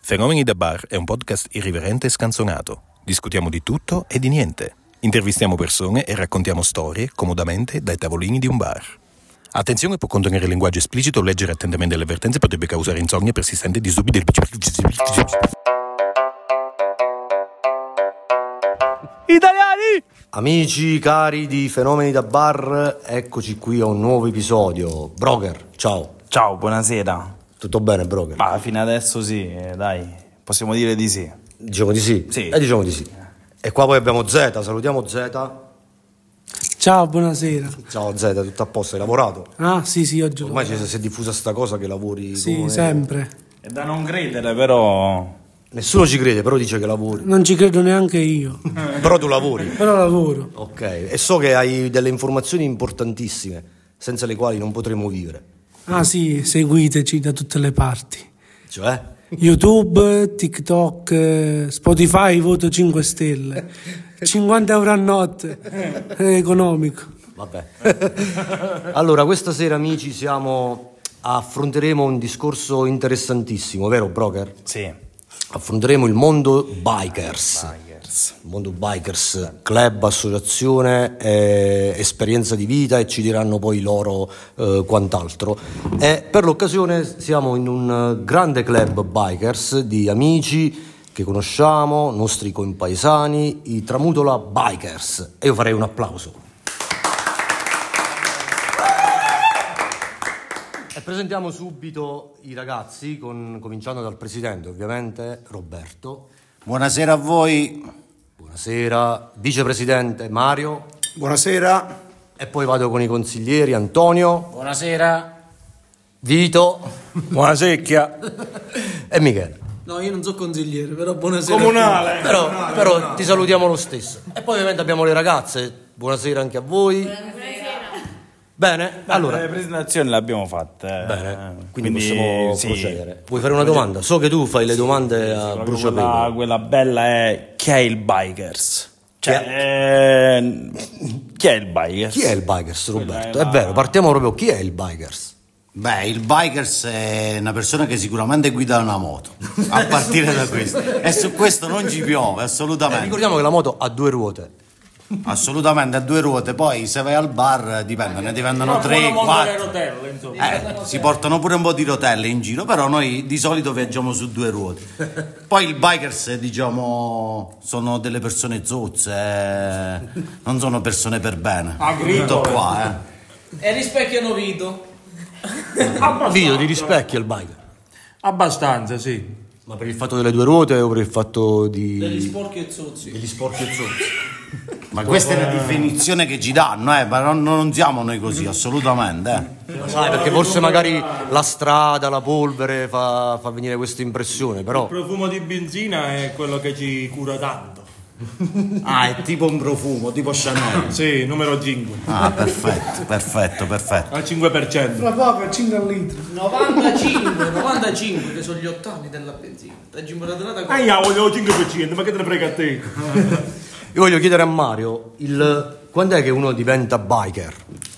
Fenomeni da bar è un podcast irriverente e scanzonato. Discutiamo di tutto e di niente. Intervistiamo persone e raccontiamo storie comodamente dai tavolini di un bar. Attenzione, può contenere linguaggio esplicito, leggere attentamente le avvertenze potrebbe causare insonnia persistente e disturbi del... Italiani! Amici cari di Fenomeni da Bar, eccoci qui a un nuovo episodio. Broker, ciao. Ciao, buonasera. Tutto bene, Broker? Ma fino adesso sì, dai, possiamo dire di sì. Diciamo di sì? Sì. Diciamo di sì. E qua poi abbiamo Zeta, salutiamo Zeta. Ciao, buonasera. Ciao Zeta, tutto a posto, hai lavorato? Ah, sì, oggi Ormai si è diffusa sta cosa che lavori Sì, come... sempre. È da non credere, però... Nessuno ci crede, però dice che lavori. Non ci credo neanche io, Però tu lavori. però lavoro. Ok, e so che hai delle informazioni importantissime, senza le quali non potremo vivere. Ah sì, seguiteci da tutte le parti. Cioè? YouTube, TikTok, Spotify, voto 5 stelle. 50 euro a notte. È economico. Vabbè. Allora, questa sera, amici, affronteremo un discorso interessantissimo, vero, Broker? Sì. Affronteremo il mondo bikers. Il mondo bikers, club, associazione, esperienza di vita, e ci diranno poi loro quant'altro. E per l'occasione siamo in un grande club bikers di amici che conosciamo, nostri compaesani, i Tramutola Bikers. E io farei un applauso. E presentiamo subito i ragazzi, cominciando dal presidente, ovviamente, Roberto. Buonasera a voi. Buonasera. Vicepresidente Mario. Buonasera. E poi vado con i consiglieri, Antonio. Buonasera. Vito. Buonasera. E Michele. No, io non so consigliere, però buonasera. Comunale. Però ti salutiamo lo stesso. E poi ovviamente abbiamo le ragazze. Buonasera anche a voi. Bene, allora. Le presentazioni le abbiamo fatte. Bene, quindi possiamo sì. procedere. Vuoi fare una domanda? So che tu fai le domande a bruciapelo. Quella bella è: chi è il bikers? Cioè, chi è il bikers? Chi è il bikers, Roberto? È vero, partiamo proprio. Chi è il bikers? Beh, il bikers è una persona che sicuramente guida una moto, a partire da questo. E su questo non ci piove, assolutamente. Ricordiamo che la moto ha 2 ruote. Assolutamente, a 2 ruote. Poi se vai al bar dipende, ne diventano 3, 4. Si portano pure un po' di rotelle in giro, però noi di solito viaggiamo su 2 ruote. Poi il bikers, diciamo, sono delle persone zozze, non sono persone per bene. Tutto qua, E rispecchiano Vito. Vito, ti rispecchia il biker? Abbastanza, sì. Ma per il fatto delle 2 ruote o per il fatto di... Degli sporchi e zozzi. degli sporchi e zozzi? Ma questa è la definizione che ci danno, ma non siamo noi così, assolutamente. Sai, perché forse magari la strada, la polvere fa venire questa impressione, però... Il profumo di benzina è quello che ci cura tanto. Ah, è tipo un profumo, tipo Chanel. Sì, numero 5. Ah, perfetto. Al 5%. Fra poco, 5 litri. 95 che sono gli ottani della benzina. Io voglio il 5%, ma che te ne frega a te? Io voglio chiedere a Mario, quando è che uno diventa biker?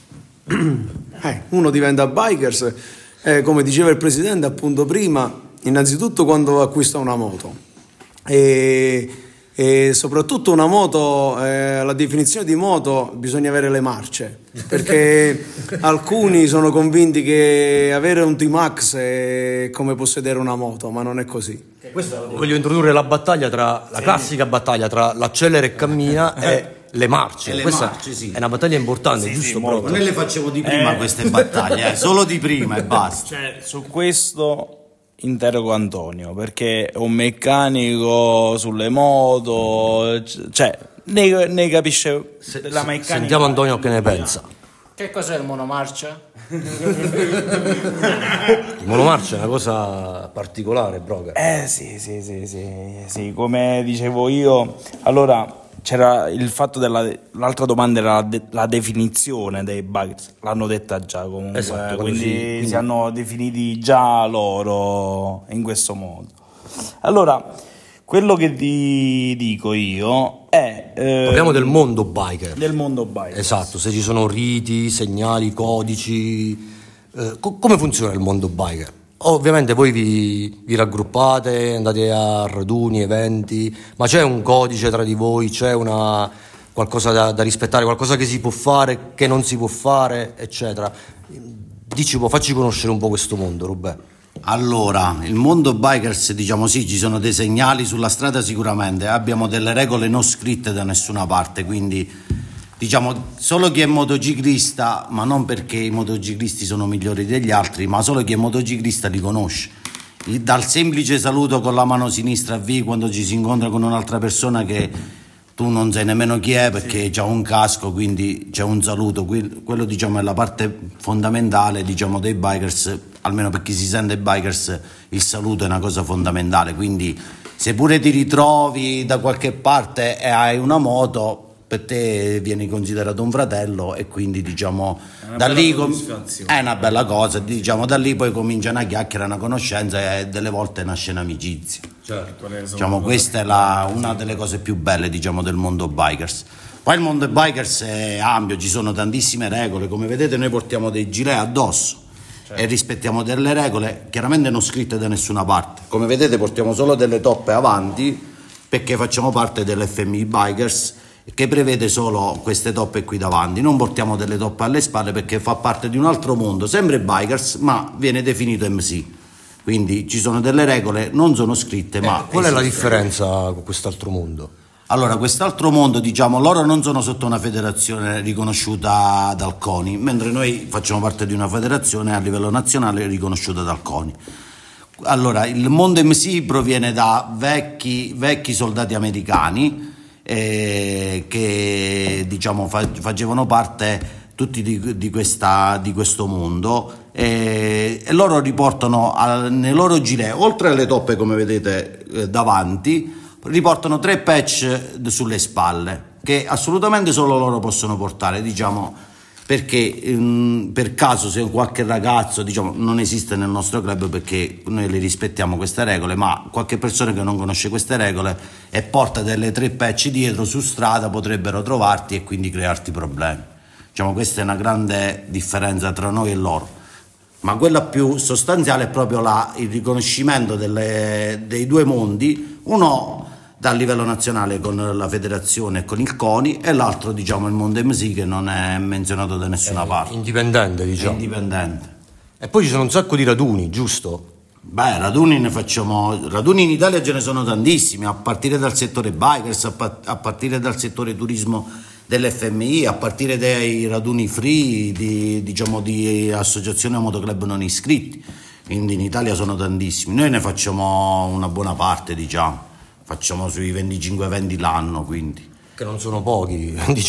Uno diventa bikers, come diceva il presidente appunto prima, innanzitutto quando acquista una moto. E soprattutto una moto, la definizione di moto, bisogna avere le marce, perché alcuni sono convinti che avere un T-Max è come possedere una moto, ma non è così. Voglio introdurre la classica battaglia tra l'accelera e cammina e le marce. E le Questa marce, sì. è una battaglia importante, giusto? Ma noi le facciamo di prima queste battaglie, solo di prima e basta. Cioè, su questo interrogo Antonio, perché è un meccanico sulle moto, cioè ne capisce della meccanica. Sentiamo Antonio che ne pensa. Che cos'è il monomarcia? Il monomarcia è una cosa particolare, Broker. Sì, come dicevo io, allora c'era il fatto l'altra domanda era la definizione dei bikers, l'hanno detta già comunque, Esatto, quindi si hanno definiti già loro in questo modo. Allora, quello che ti dico io è... Parliamo del mondo biker. Del mondo biker. Esatto, se ci sono riti, segnali, codici... come funziona il mondo biker? Ovviamente voi vi raggruppate, andate a raduni, eventi, ma c'è un codice tra di voi, c'è qualcosa da rispettare, qualcosa che si può fare, che non si può fare, eccetera. Facci conoscere un po' questo mondo, Rubè. Allora, il mondo bikers, diciamo sì, ci sono dei segnali sulla strada sicuramente, abbiamo delle regole non scritte da nessuna parte, quindi diciamo solo chi è motociclista, ma non perché i motociclisti sono migliori degli altri, ma solo chi è motociclista li conosce. Dal semplice saluto con la mano sinistra V quando ci si incontra con un'altra persona che tu non sai nemmeno chi è perché c'ha un casco, quindi c'è un saluto, quello diciamo è la parte fondamentale diciamo dei bikers, almeno per chi si sente bikers il saluto è una cosa fondamentale, quindi se pure ti ritrovi da qualche parte e hai una moto, per te vieni considerato un fratello e quindi diciamo da lì è una bella cosa, diciamo da lì poi comincia una chiacchiera, una conoscenza e delle volte nasce un'amicizia. Certo. Diciamo questa è una delle cose più belle diciamo del mondo bikers. Poi il mondo bikers è ampio, ci sono tantissime regole, come vedete noi portiamo dei gilet addosso. Certo. E rispettiamo delle regole chiaramente non scritte da nessuna parte, come vedete portiamo solo delle toppe avanti perché facciamo parte dell'FMI Bikers che prevede solo queste toppe qui davanti, non portiamo delle toppe alle spalle perché fa parte di un altro mondo, sempre bikers ma viene definito MC, quindi ci sono delle regole, non sono scritte ma qual è la differenza con quest'altro mondo? Allora, quest'altro mondo, diciamo, loro non sono sotto una federazione riconosciuta dal CONI, mentre noi facciamo parte di una federazione a livello nazionale riconosciuta dal CONI. Allora, il mondo MC proviene da vecchi soldati americani che diciamo facevano parte tutti di questo mondo e loro riportano nei loro gilet, oltre alle toppe come vedete davanti, riportano 3 patch sulle spalle che assolutamente solo loro possono portare, diciamo, perché per caso se qualche ragazzo, diciamo, non esiste nel nostro club perché noi le rispettiamo queste regole, ma qualche persona che non conosce queste regole e porta delle 3 patch dietro su strada potrebbero trovarti e quindi crearti problemi. Diciamo, questa è una grande differenza tra noi e loro, ma quella più sostanziale è proprio il riconoscimento dei due mondi, uno dal livello nazionale con la federazione e con il CONI e l'altro diciamo il mondo MC che non è menzionato da nessuna parte, indipendente diciamo. È indipendente. E poi ci sono un sacco di raduni, giusto? Beh, raduni in Italia ce ne sono tantissimi, a partire dal settore bikers, a partire dal settore turismo dell'FMI, a partire dai raduni free di associazioni o motoclub non iscritti, quindi in Italia sono tantissimi, noi ne facciamo una buona parte, diciamo, facciamo sui 25 eventi l'anno, quindi che non sono pochi,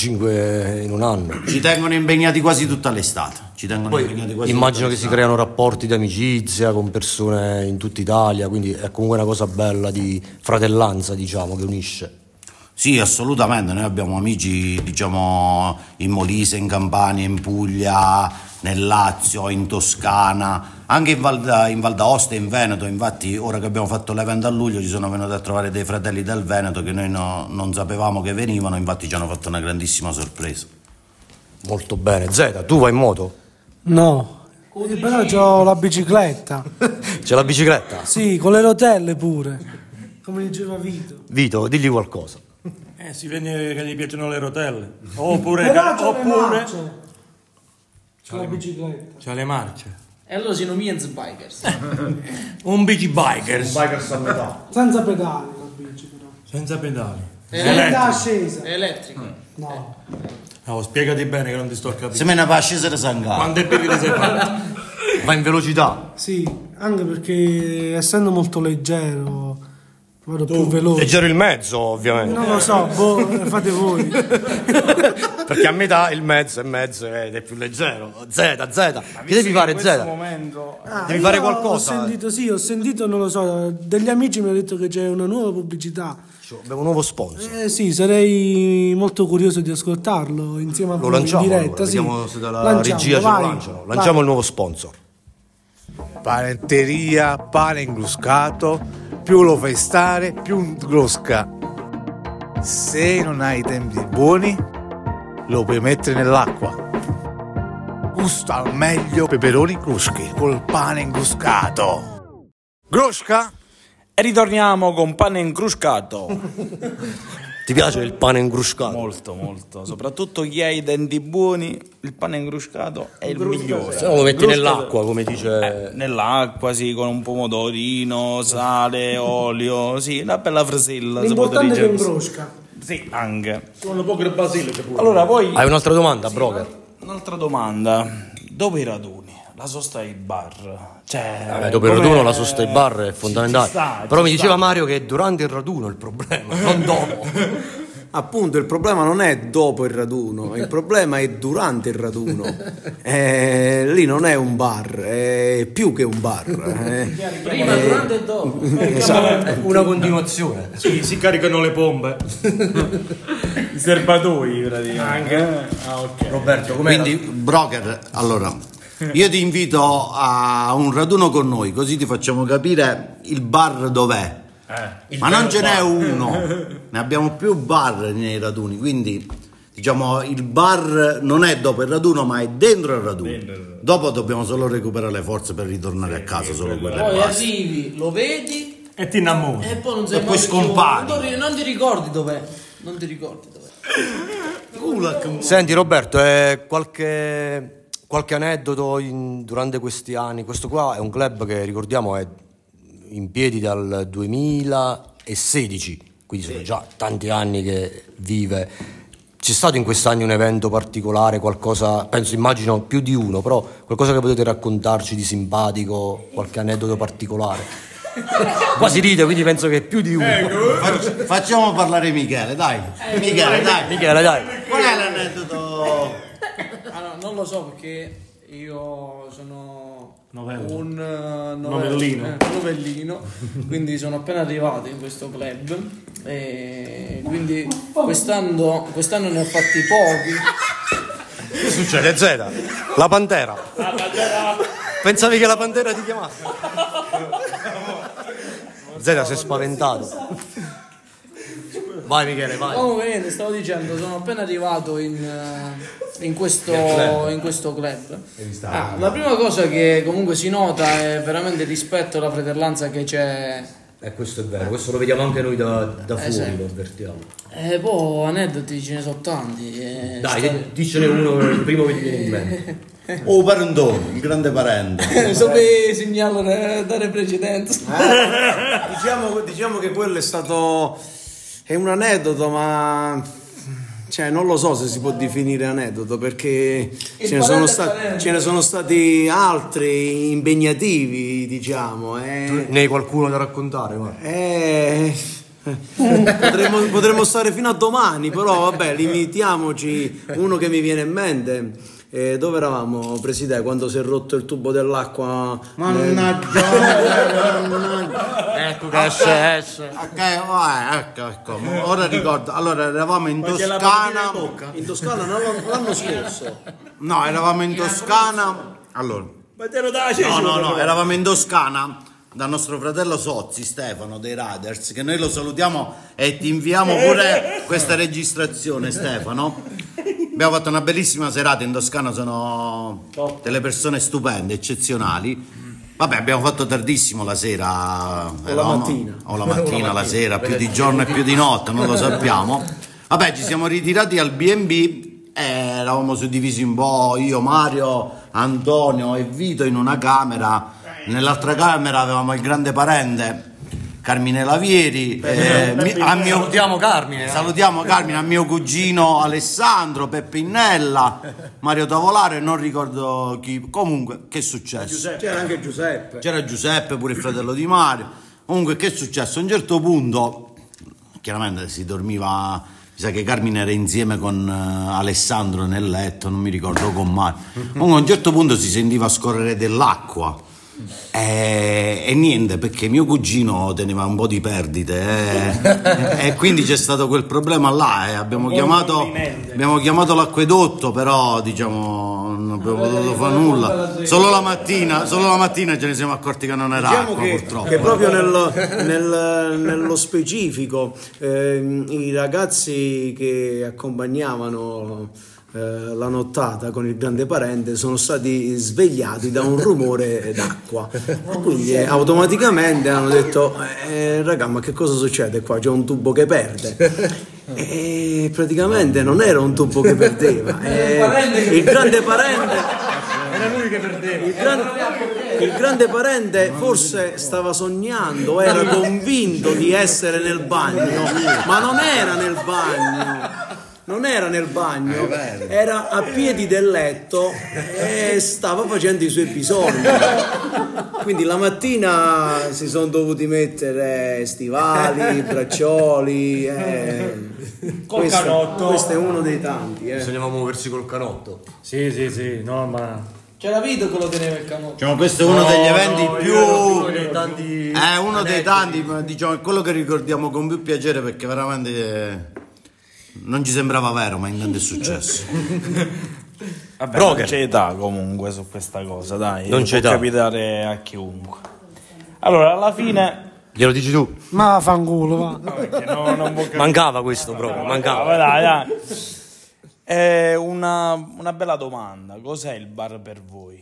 25 in un anno. Ci tengono impegnati quasi tutta l'estate. Immagino che si creano rapporti di amicizia con persone in tutta Italia, quindi è comunque una cosa bella di fratellanza, diciamo, che unisce. Sì, assolutamente, noi abbiamo amici, diciamo, in Molise, in Campania, in Puglia, nel Lazio, in Toscana, anche in Val d'Aosta e in Veneto. Infatti ora che abbiamo fatto l'evento a luglio ci sono venuti a trovare dei fratelli del Veneto che noi non sapevamo che venivano, infatti ci hanno fatto una grandissima sorpresa. Molto bene. Zeta, tu vai in moto? No, però c'ho la bicicletta. C'è la bicicletta? Sì, con le rotelle pure, come diceva Vito. Vito, digli qualcosa. Si vede che gli piacciono le rotelle. Oppure c'è la bicicletta. C'ha le marce. E allora si nomina Bikers. Un bici bikers. Un bikers a metà. Senza pedali la bici però. Senza pedali. Elettrica ascesa. È elettrico. No. Oh, spiegati bene che non ti sto capendo. Se me ne va a scendere Sangà. Quante bevite sei fatto? Va in velocità? Sì, anche perché essendo molto leggero vado più veloce. Leggero il mezzo, ovviamente. Non lo so, fate voi. Perché a metà il mezzo ed è più leggero. Zeta, che devi fare, Zeta? Devi fare qualcosa. Ho sentito, non lo so, degli amici mi hanno detto che c'è una nuova pubblicità. Abbiamo un nuovo sponsor. Sì, sarei molto curioso di ascoltarlo insieme a voi in diretta. Vediamo se dalla regia ce lo lanciano. Lanciamo il nuovo sponsor. Panetteria, pane ingruscato. Più lo fai stare, più grosca. Se non hai i tempi buoni, lo puoi mettere nell'acqua. gusta al meglio peperoni cruschi col pane incruscato. Grosca? E ritorniamo con pane incruscato. Ti piace il pane incruscato? Molto, molto. Soprattutto chi ha i denti buoni, il pane incruscato è il migliore. Se no lo metti nell'acqua, come dice... Nell'acqua, sì, con un pomodorino, sale, olio, sì, una bella frisilla. L'importante è che incrosca. Sì, anche. Sono poco il basilico pure. Allora, poi... Hai un'altra domanda, broker? Un'altra domanda. Dopo i raduni, la sosta ai bar... Cioè, Dopo il raduno la sosta ai bar è fondamentale. Però mi diceva sta. Mario che è durante il raduno il problema, non dopo. Appunto, il problema non è dopo il raduno, il problema è durante il raduno. Lì non è un bar, è più che un bar. Prima, durante e dopo. È una continuazione. Sì, si caricano le pompe. I serbatoi, praticamente. Anche. Ah, ok. Roberto, com'è? Quindi, broker, allora, io ti invito a un raduno con noi, così ti facciamo capire il bar dov'è. Ma non ce n'è uno, ne abbiamo più bar nei raduni, quindi diciamo il bar non è dopo il raduno ma è dentro il raduno. Dopo dobbiamo solo recuperare le forze per ritornare a casa, solo quelle. Poi basta. arrivi, lo vedi E ti innamori. e poi non sai E mai poi più. scompari. Non ti ricordi dov'è. Non ti ricordi dov'è. Senti Roberto, qualche aneddoto durante questi anni? Questo qua è un club che ricordiamo è in piedi dal 2016, quindi sono già tanti anni che vive. C'è stato in questi anni un evento particolare, qualcosa, immagino più di uno, però qualcosa che potete raccontarci di simpatico, qualche aneddoto particolare? Quasi ride, quindi penso che è più di uno. Facciamo parlare Michele, dai. Michele, dai. Qual è l'aneddoto? Allora, non lo so perché io sono Novello. un Novellino. novellino, quindi sono appena arrivato in questo club e quindi quest'anno ne ho fatti pochi. Che succede, Zeta? La Pantera. Pensavi che la Pantera ti chiamasse? Zeta si è spaventato. Vai Michele, vai. Comunque niente, stavo dicendo, sono appena arrivato in questo club. La prima cosa che comunque si nota è veramente il rispetto e la fratellanza che c'è. Questo è vero, questo lo vediamo anche noi da fuori, sì. lo avvertiamo. E poi aneddoti ce ne sono tanti. Dai, dicene uno, il primo che ti viene in mente. Oh, parentone, il grande parente. Sapevi segnalare, dare precedenza. Diciamo che quello è un aneddoto, ma cioè non lo so se si può definire aneddoto, perché ce ne sono stati altri impegnativi, diciamo. Ne hai qualcuno da raccontare? Potremmo stare fino a domani, però vabbè, limitiamoci. Uno che mi viene in mente. Dove eravamo, Presidente, quando si è rotto il tubo dell'acqua? Mannaggia. Ecco che esce. Ecco. Ora ricordo. Allora eravamo in Toscana. In Toscana l'anno scorso. No, eravamo in Toscana. Allora. No, eravamo in Toscana dal nostro fratello Sozzi, Stefano dei Riders, che noi lo salutiamo e ti inviamo pure questa registrazione, Stefano. Abbiamo fatto una bellissima serata in Toscana, sono delle persone stupende, eccezionali. Vabbè, abbiamo fatto tardissimo la sera. O la mattina, la sera, più di giorno e più di notte, non lo sappiamo. Vabbè, ci siamo ritirati al B&B e eravamo suddivisi un po', io, Mario, Antonio e Vito in una camera. Nell'altra camera avevamo il grande parente Carmine Lavieri, Salutiamo Carmine. Salutiamo Carmine, a mio cugino Alessandro, Peppe Innella, Mario Tavolaro e non ricordo chi. Comunque, che è successo? C'era anche Giuseppe. C'era Giuseppe, pure il fratello di Mario. Comunque, che è successo? A un certo punto, chiaramente si dormiva, mi sa che Carmine era insieme con Alessandro nel letto, non mi ricordo con Mario. Comunque, a un certo punto si sentiva scorrere dell'acqua. E niente, perché mio cugino teneva un po' di perdite e quindi c'è stato quel problema là, abbiamo chiamato l'acquedotto, però diciamo non abbiamo potuto fare nulla, solo la mattina ce ne siamo accorti che non era acqua, purtroppo. Che proprio nello specifico i ragazzi che accompagnavano la nottata con il grande parente sono stati svegliati da un rumore d'acqua, quindi automaticamente hanno detto raga, ma che cosa succede qua? C'è un tubo che perde, e praticamente non era un tubo che perdeva, il grande parente Era lui che perdeva. il grande parente forse stava sognando, era convinto di essere nel bagno, ma non era nel bagno. Non era nel bagno, era a piedi del letto e stava facendo i suoi bisogni. Quindi la mattina si sono dovuti mettere stivali, braccioli. Col canotto. Questo è uno dei tanti. Bisognava muoversi col canotto. Sì, no, ma... C'era Vito che lo teneva il canotto. Diciamo, questo è uno degli eventi più... Uno dei tanti... È uno dei tanti, ma diciamo, è quello che ricordiamo con più piacere, perché veramente... non ci sembrava vero, ma intanto è successo. Vabbè, non c'è età comunque su questa cosa, dai. Non c'è può età. capitare a chiunque. Allora, alla fine... Glielo dici tu? Ma fanculo, va. perché non può capitare. Mancava questo proprio, mancava. Dai. È una bella domanda. Cos'è il bar per voi?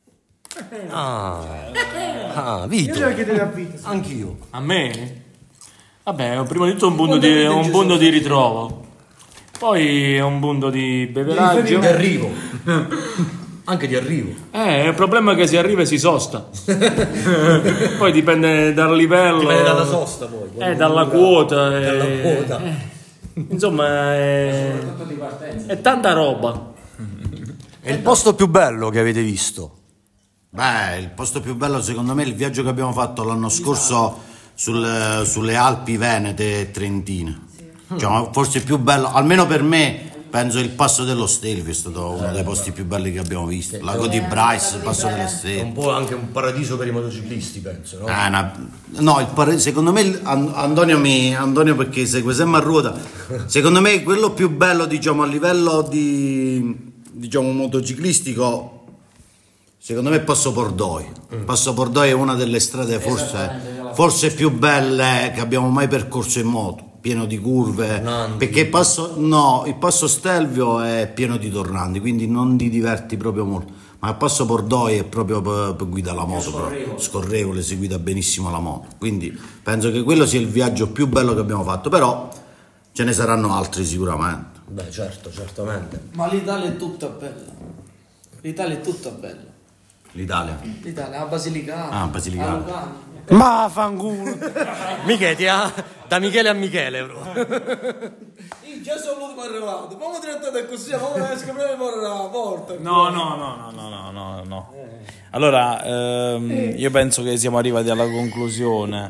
Vito. Io chiedo a Vito. Anch'io. A me? Vabbè, prima di tutto un punto di ritrovo. Poi è un punto di beveraggio. Di arrivo. Anche di arrivo. Il problema è che si arriva e si sosta. Poi dipende dal livello. Dipende dalla sosta poi. Dalla quota. Dalla quota. Insomma, è tanta roba. È il posto più bello che avete visto? Beh, il posto più bello secondo me è il viaggio che abbiamo fatto l'anno scorso sulle Alpi Venete e Trentine. Cioè, forse il più bello, almeno per me, penso il Passo dello Stelvio è stato uno dei posti più belli che abbiamo visto. Lago di Bryce, il Passo delle È un Stelle. po' anche un paradiso per i motociclisti, penso, no? Secondo me Antonio perché segue sempre a ruota. Secondo me quello più bello, diciamo, a livello di motociclistico, secondo me è Passo Pordoi. Passo Pordoi è una delle strade forse più belle che abbiamo mai percorso in moto, pieno di curve, perché il Passo Stelvio è pieno di tornanti, quindi non ti diverti proprio molto, ma il Passo Pordoi è proprio per guidare la moto, scorrevole, si guida benissimo la moto, quindi penso che quello sia il viaggio più bello che abbiamo fatto, però ce ne saranno altri sicuramente. Beh, certo, certamente. Ma l'Italia è tutta bella. L'Italia è tutta bella. L'Italia, a Basilicata. Basilicata. A Lugano. Ma fanculo. Da Michele a Michele, bro. Io già sono l'ultimo arrivato. Come trattate così? Come esco prima la porta? No. Allora, io penso che siamo arrivati alla conclusione.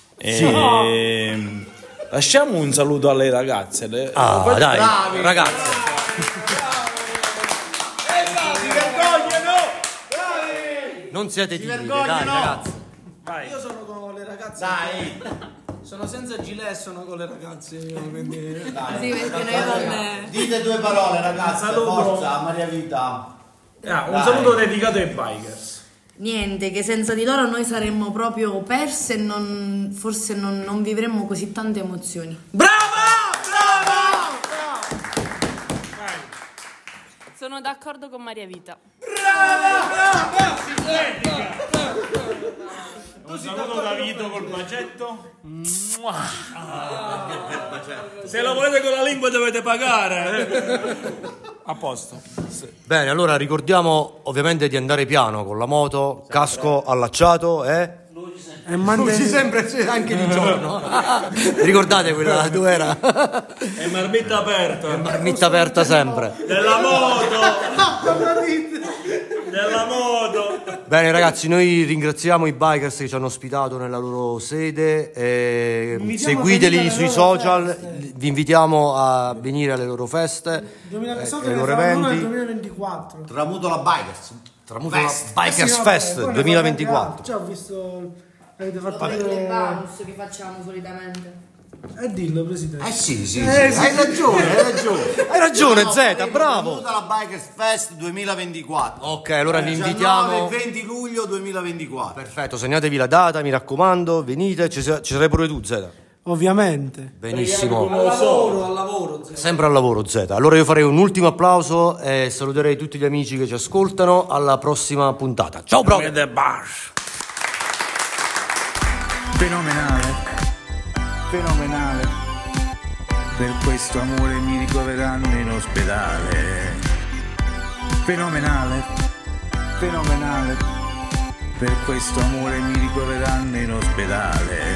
Lasciamo un saluto alle ragazze. Dai, ragazze. Non siete timidi, dai, ragazzi. Io sono con le ragazze. Dai. Sono senza gilet, sono con le ragazze. Quindi... Sì, perché noi non... Dite due parole, ragazzi. Forza, Maria Vita. Un saluto dedicato ai bikers. Niente, che senza di loro noi saremmo proprio perse e forse non vivremmo così tante emozioni. Sono d'accordo con Maria Vita. Un saluto da Vito col bacetto. Se lo volete con la lingua dovete pagare. A posto. Bene, allora ricordiamo ovviamente di andare piano con la moto, casco allacciato e luci sempre anche di giorno. Ricordate quella dove era? E marmitta aperta. Marmitta aperta sempre. Della moto. Bene ragazzi, noi ringraziamo i bikers che ci hanno ospitato nella loro sede, seguiteli sui social, vi invitiamo a venire alle loro feste, ai loro eventi. 2024. Tramutola Bikers. Bikers Fest 2024. Già ho visto, avete fatto Le bounce che facciamo solitamente. Dillo presidente. Sì. Hai ragione, Zeta, bravo. Tramutola Bikers Fest 2024. Ok, allora vi invitiamo. 20 luglio 2024. Perfetto, segnatevi la data, mi raccomando, venite, ci sarai pure tu Zeta. Ovviamente. Benissimo. Al lavoro. Sempre al lavoro, Z. Allora io farei un ultimo applauso e saluterei tutti gli amici che ci ascoltano. Alla prossima puntata. Ciao, bro! Fenomenale. Per questo amore mi ricoveranno in ospedale. Fenomenale. Per questo amore mi ricoveranno in ospedale.